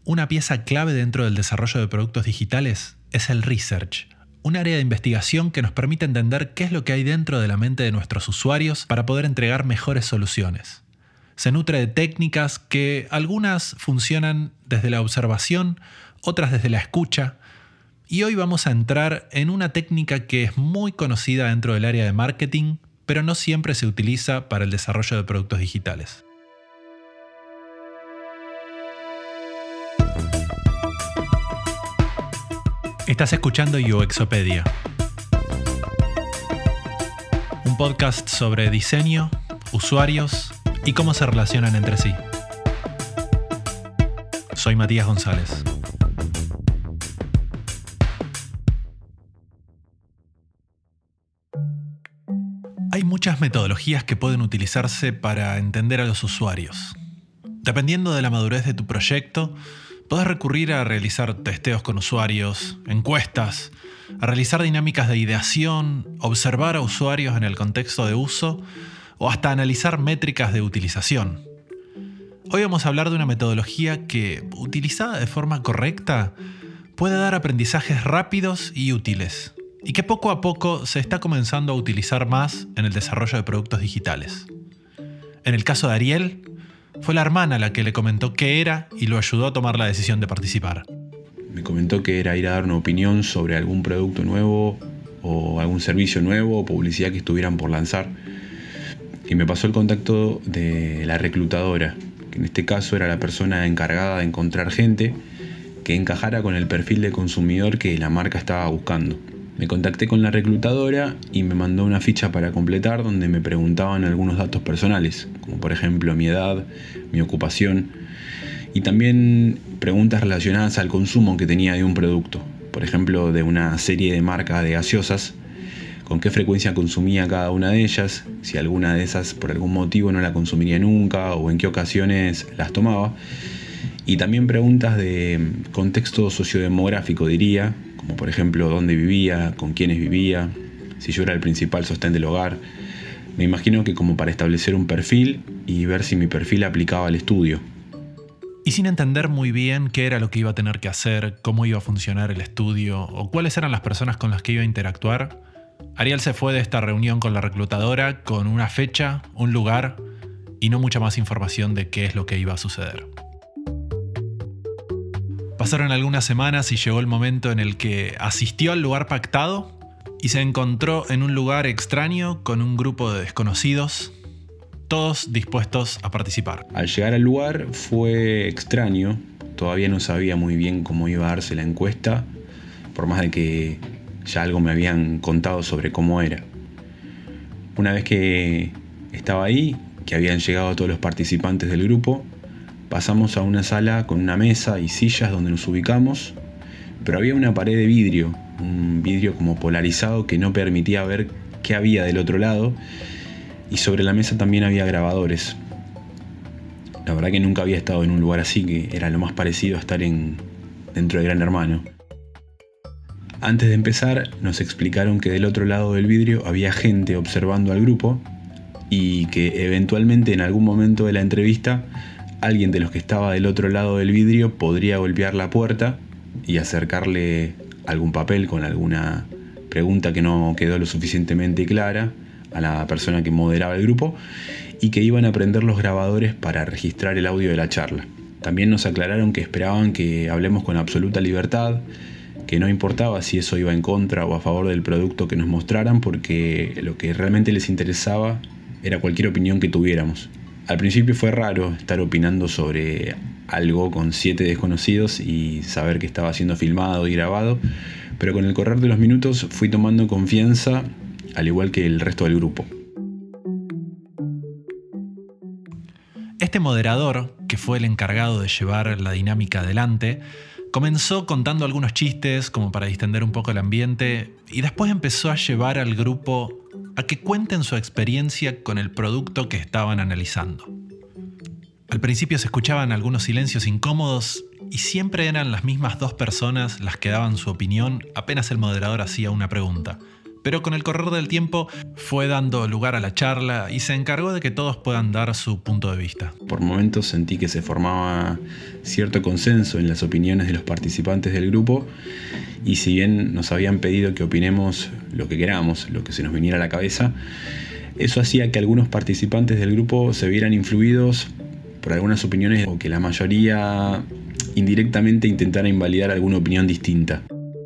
Una pieza clave dentro del desarrollo de productos digitales es el research, un área de investigación que nos permite entender qué es lo que hay dentro de la mente de nuestros usuarios para poder entregar mejores soluciones. Se nutre de técnicas que algunas funcionan desde la observación, otras desde la escucha, y hoy vamos a entrar en una técnica que es muy conocida dentro del área de marketing, pero no siempre se utiliza para el desarrollo de productos digitales. Estás escuchando UXopedia, un podcast sobre diseño, usuarios y cómo se relacionan entre sí. Soy Matías González. Hay muchas metodologías que pueden utilizarse para entender a los usuarios. Dependiendo de la madurez de tu proyecto, podés recurrir a realizar testeos con usuarios, encuestas, a realizar dinámicas de ideación, observar a usuarios en el contexto de uso o hasta analizar métricas de utilización. Hoy vamos a hablar de una metodología que, utilizada de forma correcta, puede dar aprendizajes rápidos y útiles, y que poco a poco se está comenzando a utilizar más en el desarrollo de productos digitales. En el caso de Ariel, fue la hermana la que le comentó qué era y lo ayudó a tomar la decisión de participar. Me comentó que era ir a dar una opinión sobre algún producto nuevo o algún servicio nuevo o publicidad que estuvieran por lanzar. Y me pasó el contacto de la reclutadora, que en este caso era la persona encargada de encontrar gente que encajara con el perfil de consumidor que la marca estaba buscando. Me contacté con la reclutadora y me mandó una ficha para completar donde me preguntaban algunos datos personales, como por ejemplo mi edad, mi ocupación y también preguntas relacionadas al consumo que tenía de un producto, por ejemplo de una serie de marcas de gaseosas, con qué frecuencia consumía cada una de ellas, si alguna de esas por algún motivo no la consumiría nunca o en qué ocasiones las tomaba, y también preguntas de contexto sociodemográfico diría, como por ejemplo dónde vivía, con quiénes vivía, si yo era el principal sostén del hogar. Me imagino que como para establecer un perfil y ver si mi perfil aplicaba al estudio. Y sin entender muy bien qué era lo que iba a tener que hacer, cómo iba a funcionar el estudio o cuáles eran las personas con las que iba a interactuar, Ariel se fue de esta reunión con la reclutadora con una fecha, un lugar y no mucha más información de qué es lo que iba a suceder. Pasaron algunas semanas y llegó el momento en el que asistió al lugar pactado y se encontró en un lugar extraño con un grupo de desconocidos, todos dispuestos a participar. Al llegar al lugar fue extraño, todavía no sabía muy bien cómo iba a darse la encuesta, por más de que ya algo me habían contado sobre cómo era. Una vez que estaba ahí, que habían llegado todos los participantes del grupo, pasamos a una sala con una mesa y sillas donde nos ubicamos, pero había una pared de vidrio, un vidrio como polarizado que no permitía ver qué había del otro lado, y sobre la mesa también había grabadores. La verdad que nunca había estado en un lugar así, que era lo más parecido a estar dentro de Gran Hermano. Antes de empezar nos explicaron que del otro lado del vidrio había gente observando al grupo y que eventualmente en algún momento de la entrevista alguien de los que estaba del otro lado del vidrio podría golpear la puerta y acercarle algún papel con alguna pregunta que no quedó lo suficientemente clara a la persona que moderaba el grupo y que iban a prender los grabadores para registrar el audio de la charla. También nos aclararon que esperaban que hablemos con absoluta libertad, que no importaba si eso iba en contra o a favor del producto que nos mostraran, porque lo que realmente les interesaba era cualquier opinión que tuviéramos. Al principio fue raro estar opinando sobre algo con 7 desconocidos y saber que estaba siendo filmado y grabado, pero con el correr de los minutos fui tomando confianza, al igual que el resto del grupo. Este moderador, que fue el encargado de llevar la dinámica adelante, comenzó contando algunos chistes como para distender un poco el ambiente y después empezó a llevar al grupo a que cuenten su experiencia con el producto que estaban analizando. Al principio se escuchaban algunos silencios incómodos y siempre eran las mismas 2 personas las que daban su opinión apenas el moderador hacía una pregunta. pero con el correr del tiempo fue dando lugar a la charla y se encargó de que todos puedan dar su punto de vista. Por momentos sentí que se formaba cierto consenso en las opiniones de los participantes del grupo, y si bien nos habían pedido que opinemos lo que queramos, lo que se nos viniera a la cabeza, eso hacía que algunos participantes del grupo se vieran influidos por algunas opiniones o que la mayoría indirectamente intentara invalidar alguna opinión distinta.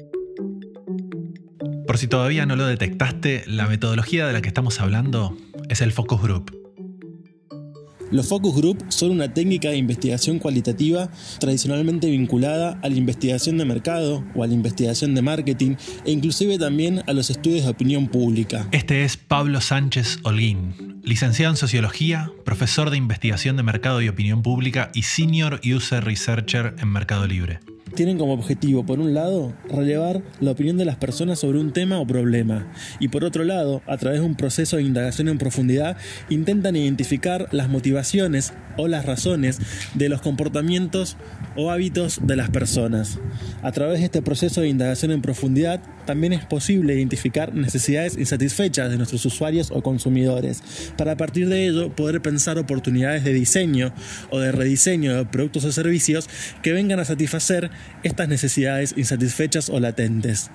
Por si todavía no lo detectaste, la metodología de la que estamos hablando es el Focus Group. Los focus group son una técnica de investigación cualitativa tradicionalmente vinculada a la investigación de mercado o a la investigación de marketing e inclusive también a los estudios de opinión pública. Este es Pablo Sánchez Holguín, licenciado en Sociología, profesor de investigación de mercado y opinión pública y Senior User Researcher en Mercado Libre. Tienen como objetivo, por un lado, relevar la opinión de las personas sobre un tema o problema, y por otro lado, a través de un proceso de indagación en profundidad, intentan identificar las motivaciones o las razones de los comportamientos o hábitos de las personas. A través de este proceso de indagación en profundidad, también es posible identificar necesidades insatisfechas de nuestros usuarios o consumidores, para a partir de ello poder pensar oportunidades de diseño o de rediseño de productos o servicios que vengan a satisfacer estas necesidades insatisfechas o latentes.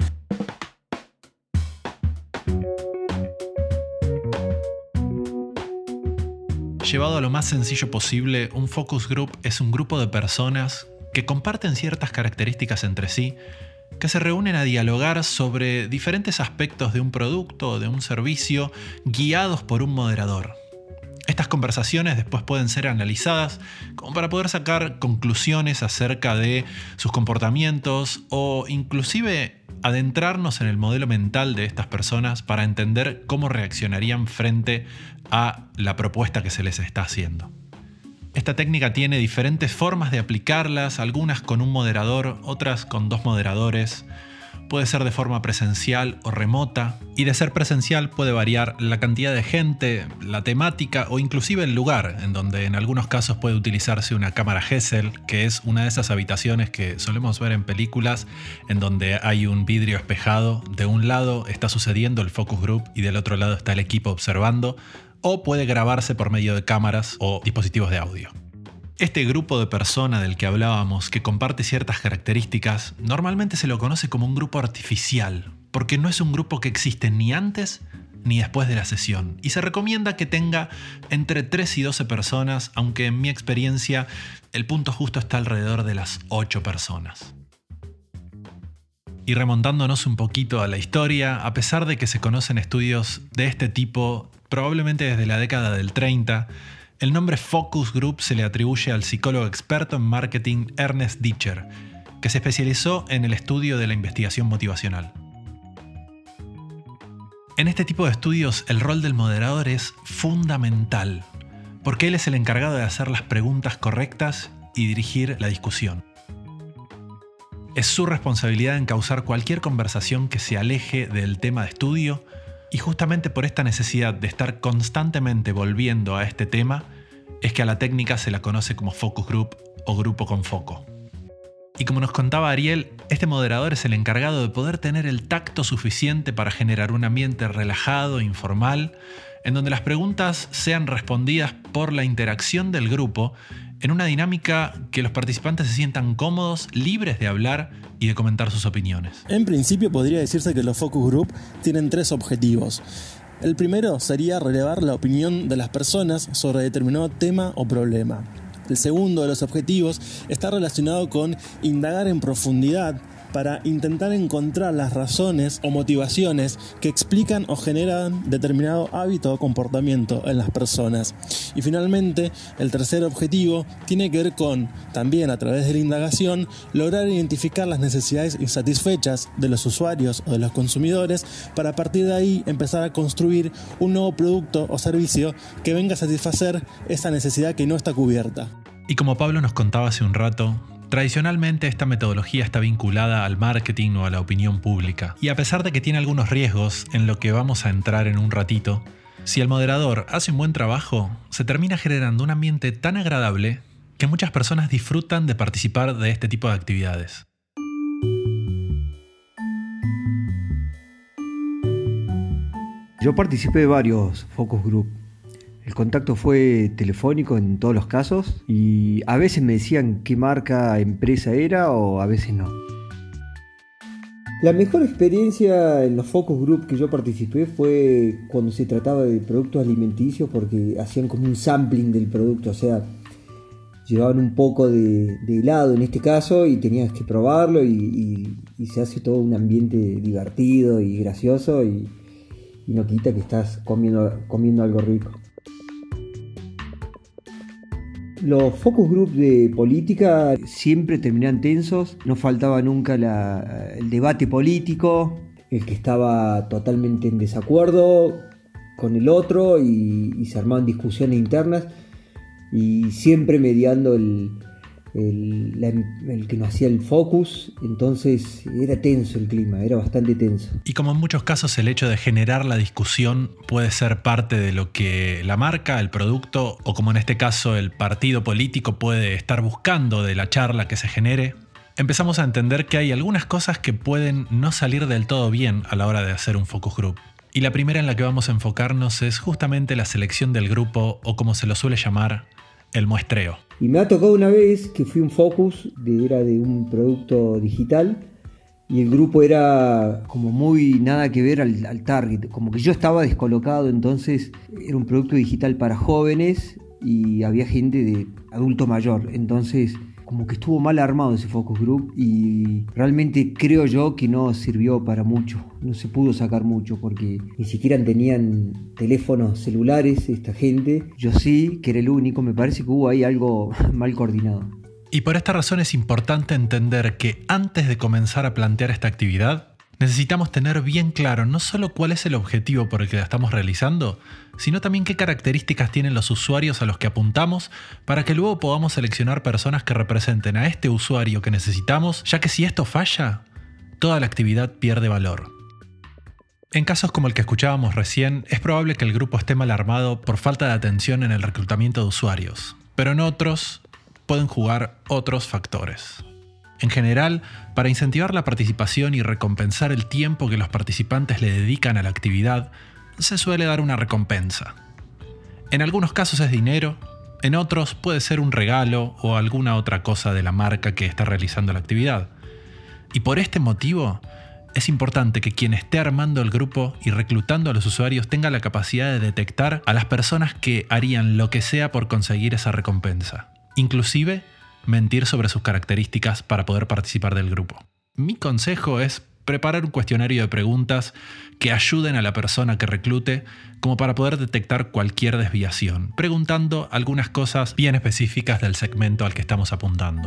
Llevado a lo más sencillo posible, un focus group es un grupo de personas que comparten ciertas características entre sí, que se reúnen a dialogar sobre diferentes aspectos de un producto o de un servicio, guiados por un moderador. Estas conversaciones después pueden ser analizadas como para poder sacar conclusiones acerca de sus comportamientos o inclusive adentrarnos en el modelo mental de estas personas para entender cómo reaccionarían frente a la propuesta que se les está haciendo. Esta técnica tiene diferentes formas de aplicarlas, algunas con un moderador, otras con 2 moderadores. Puede ser de forma presencial o remota, y de ser presencial puede variar la cantidad de gente, la temática o inclusive el lugar, en donde en algunos casos puede utilizarse una cámara Gesell, que es una de esas habitaciones que solemos ver en películas, en donde hay un vidrio espejado. De un lado está sucediendo el focus group y del otro lado está el equipo observando, o puede grabarse por medio de cámaras o dispositivos de audio. Este grupo de personas del que hablábamos, que comparte ciertas características, normalmente se lo conoce como un grupo artificial, porque no es un grupo que existe ni antes ni después de la sesión, y se recomienda que tenga entre 3 y 12 personas, aunque en mi experiencia el punto justo está alrededor de las 8 personas. Y remontándonos un poquito a la historia, a pesar de que se conocen estudios de este tipo probablemente desde la década del 30, el nombre Focus Group se le atribuye al psicólogo experto en marketing Ernest Ditcher, que se especializó en el estudio de la investigación motivacional. En este tipo de estudios, el rol del moderador es fundamental, porque él es el encargado de hacer las preguntas correctas y dirigir la discusión. Es su responsabilidad encauzar cualquier conversación que se aleje del tema de estudio, y justamente por esta necesidad de estar constantemente volviendo a este tema, es que a la técnica se la conoce como focus group o grupo con foco. Y como nos contaba Ariel, este moderador es el encargado de poder tener el tacto suficiente para generar un ambiente relajado, informal, en donde las preguntas sean respondidas por la interacción del grupo, en una dinámica que los participantes se sientan cómodos, libres de hablar y de comentar sus opiniones. En principio podría decirse que los focus group tienen 3 objetivos. El primero sería relevar la opinión de las personas sobre determinado tema o problema. El segundo de los objetivos está relacionado con indagar en profundidad para intentar encontrar las razones o motivaciones que explican o generan determinado hábito o comportamiento en las personas. Y finalmente, el tercer objetivo tiene que ver con, también a través de la indagación, lograr identificar las necesidades insatisfechas de los usuarios o de los consumidores para a partir de ahí empezar a construir un nuevo producto o servicio que venga a satisfacer esa necesidad que no está cubierta. Y como Pablo nos contaba hace un rato, tradicionalmente esta metodología está vinculada al marketing o a la opinión pública. Y a pesar de que tiene algunos riesgos en lo que vamos a entrar en un ratito, si el moderador hace un buen trabajo, se termina generando un ambiente tan agradable que muchas personas disfrutan de participar de este tipo de actividades. Yo participé de varios focus group. El contacto fue telefónico en todos los casos y a veces me decían qué marca, empresa era o a veces no. La mejor experiencia en los focus group que yo participé fue cuando se trataba de productos alimenticios, porque hacían como un sampling del producto, o sea, llevaban un poco de helado en este caso y tenías que probarlo y se hace todo un ambiente divertido y gracioso y no quita que estás comiendo algo rico. Los focus group de política siempre terminaban tensos, no faltaba nunca el debate político, el que estaba totalmente en desacuerdo con el otro y se armaban discusiones internas y siempre mediando el que nos hacía el focus, entonces era tenso el clima, era bastante tenso. Y como en muchos casos el hecho de generar la discusión puede ser parte de lo que la marca, el producto o como en este caso el partido político puede estar buscando de la charla que se genere, empezamos a entender que hay algunas cosas que pueden no salir del todo bien a la hora de hacer un focus group. Y la primera en la que vamos a enfocarnos es justamente la selección del grupo o como se lo suele llamar, el muestreo. Y me ha tocado una vez que fui un focus, era de un producto digital y el grupo era como muy nada que ver al target, como que yo estaba descolocado, entonces era un producto digital para jóvenes y había gente de adulto mayor, entonces como que estuvo mal armado ese focus group y realmente creo yo que no sirvió para mucho, no se pudo sacar mucho porque ni siquiera tenían teléfonos celulares esta gente, yo sí, que era el único, me parece que hubo ahí algo mal coordinado. Y por esta razón es importante entender que antes de comenzar a plantear esta actividad, necesitamos tener bien claro no solo cuál es el objetivo por el que la estamos realizando, sino también qué características tienen los usuarios a los que apuntamos para que luego podamos seleccionar personas que representen a este usuario que necesitamos, ya que si esto falla, toda la actividad pierde valor. En casos como el que escuchábamos recién, es probable que el grupo esté mal armado por falta de atención en el reclutamiento de usuarios, pero en otros pueden jugar otros factores. En general, para incentivar la participación y recompensar el tiempo que los participantes le dedican a la actividad, se suele dar una recompensa. En algunos casos es dinero, en otros puede ser un regalo o alguna otra cosa de la marca que está realizando la actividad. Y por este motivo, es importante que quien esté armando el grupo y reclutando a los usuarios tenga la capacidad de detectar a las personas que harían lo que sea por conseguir esa recompensa. Inclusive, mentir sobre sus características para poder participar del grupo. Mi consejo es preparar un cuestionario de preguntas que ayuden a la persona que reclute como para poder detectar cualquier desviación, preguntando algunas cosas bien específicas del segmento al que estamos apuntando.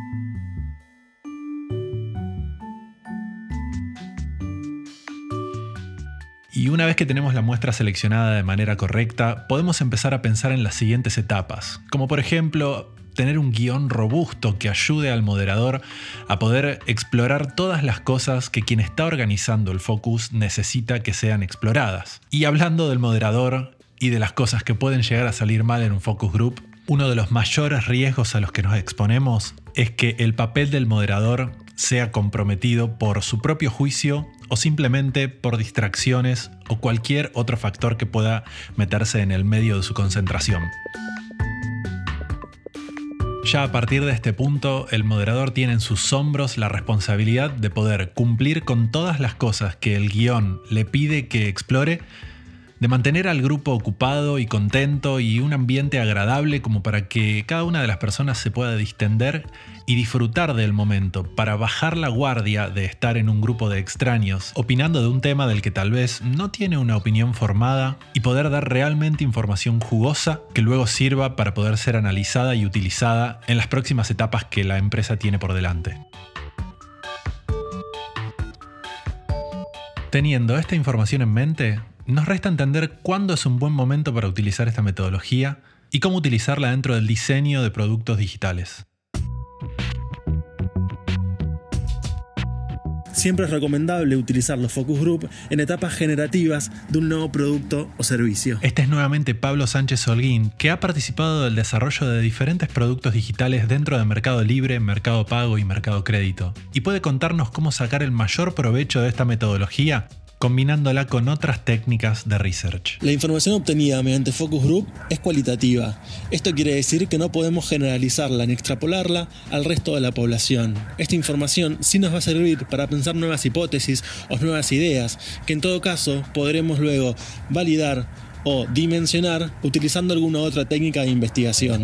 Y una vez que tenemos la muestra seleccionada de manera correcta, podemos empezar a pensar en las siguientes etapas, como por ejemplo tener un guión robusto que ayude al moderador a poder explorar todas las cosas que quien está organizando el focus necesita que sean exploradas. Y hablando del moderador y de las cosas que pueden llegar a salir mal en un focus group, uno de los mayores riesgos a los que nos exponemos es que el papel del moderador sea comprometido por su propio juicio o simplemente por distracciones o cualquier otro factor que pueda meterse en el medio de su concentración. Ya a partir de este punto, el moderador tiene en sus hombros la responsabilidad de poder cumplir con todas las cosas que el guión le pide que explore, de mantener al grupo ocupado y contento y un ambiente agradable como para que cada una de las personas se pueda distender y disfrutar del momento, para bajar la guardia de estar en un grupo de extraños, opinando de un tema del que tal vez no tiene una opinión formada y poder dar realmente información jugosa que luego sirva para poder ser analizada y utilizada en las próximas etapas que la empresa tiene por delante. Teniendo esta información en mente, nos resta entender cuándo es un buen momento para utilizar esta metodología y cómo utilizarla dentro del diseño de productos digitales. Siempre es recomendable utilizar los focus group en etapas generativas de un nuevo producto o servicio. Este es nuevamente Pablo Sánchez Holguín, que ha participado del desarrollo de diferentes productos digitales dentro de Mercado Libre, Mercado Pago y Mercado Crédito, y puede contarnos cómo sacar el mayor provecho de esta metodología combinándola con otras técnicas de research. La información obtenida mediante focus group es cualitativa. Esto quiere decir que no podemos generalizarla ni extrapolarla al resto de la población. Esta información sí nos va a servir para pensar nuevas hipótesis o nuevas ideas, que en todo caso podremos luego validar o dimensionar utilizando alguna otra técnica de investigación.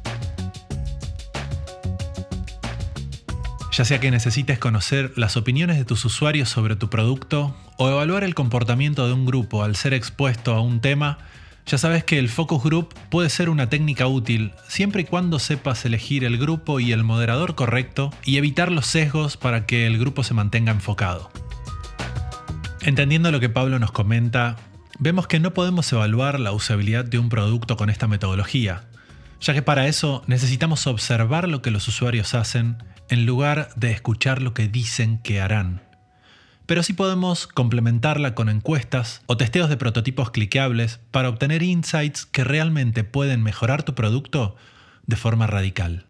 Ya sea que necesites conocer las opiniones de tus usuarios sobre tu producto o evaluar el comportamiento de un grupo al ser expuesto a un tema, ya sabes que el focus group puede ser una técnica útil siempre y cuando sepas elegir el grupo y el moderador correcto y evitar los sesgos para que el grupo se mantenga enfocado. Entendiendo lo que Pablo nos comenta, vemos que no podemos evaluar la usabilidad de un producto con esta metodología, ya que para eso necesitamos observar lo que los usuarios hacen en lugar de escuchar lo que dicen que harán. Pero sí podemos complementarla con encuestas o testeos de prototipos cliqueables para obtener insights que realmente pueden mejorar tu producto de forma radical.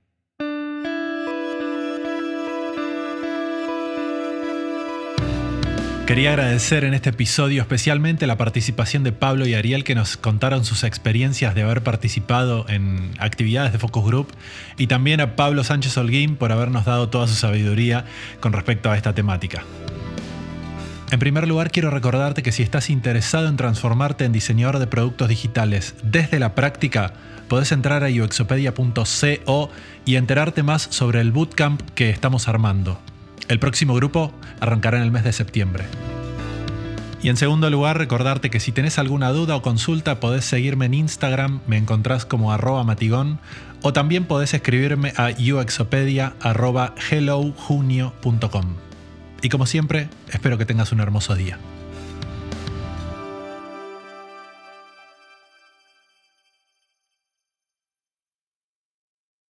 Quería agradecer en este episodio especialmente la participación de Pablo y Ariel, que nos contaron sus experiencias de haber participado en actividades de Focus Group, y también a Pablo Sánchez Holguín por habernos dado toda su sabiduría con respecto a esta temática. En primer lugar, quiero recordarte que si estás interesado en transformarte en diseñador de productos digitales desde la práctica, podés entrar a uxopedia.co y enterarte más sobre el bootcamp que estamos armando. El próximo grupo arrancará en el mes de septiembre. Y en segundo lugar, recordarte que si tenés alguna duda o consulta, podés seguirme en Instagram, me encontrás como @matigón, o también podés escribirme a uxopedia@hellohunio.com. Y como siempre, espero que tengas un hermoso día.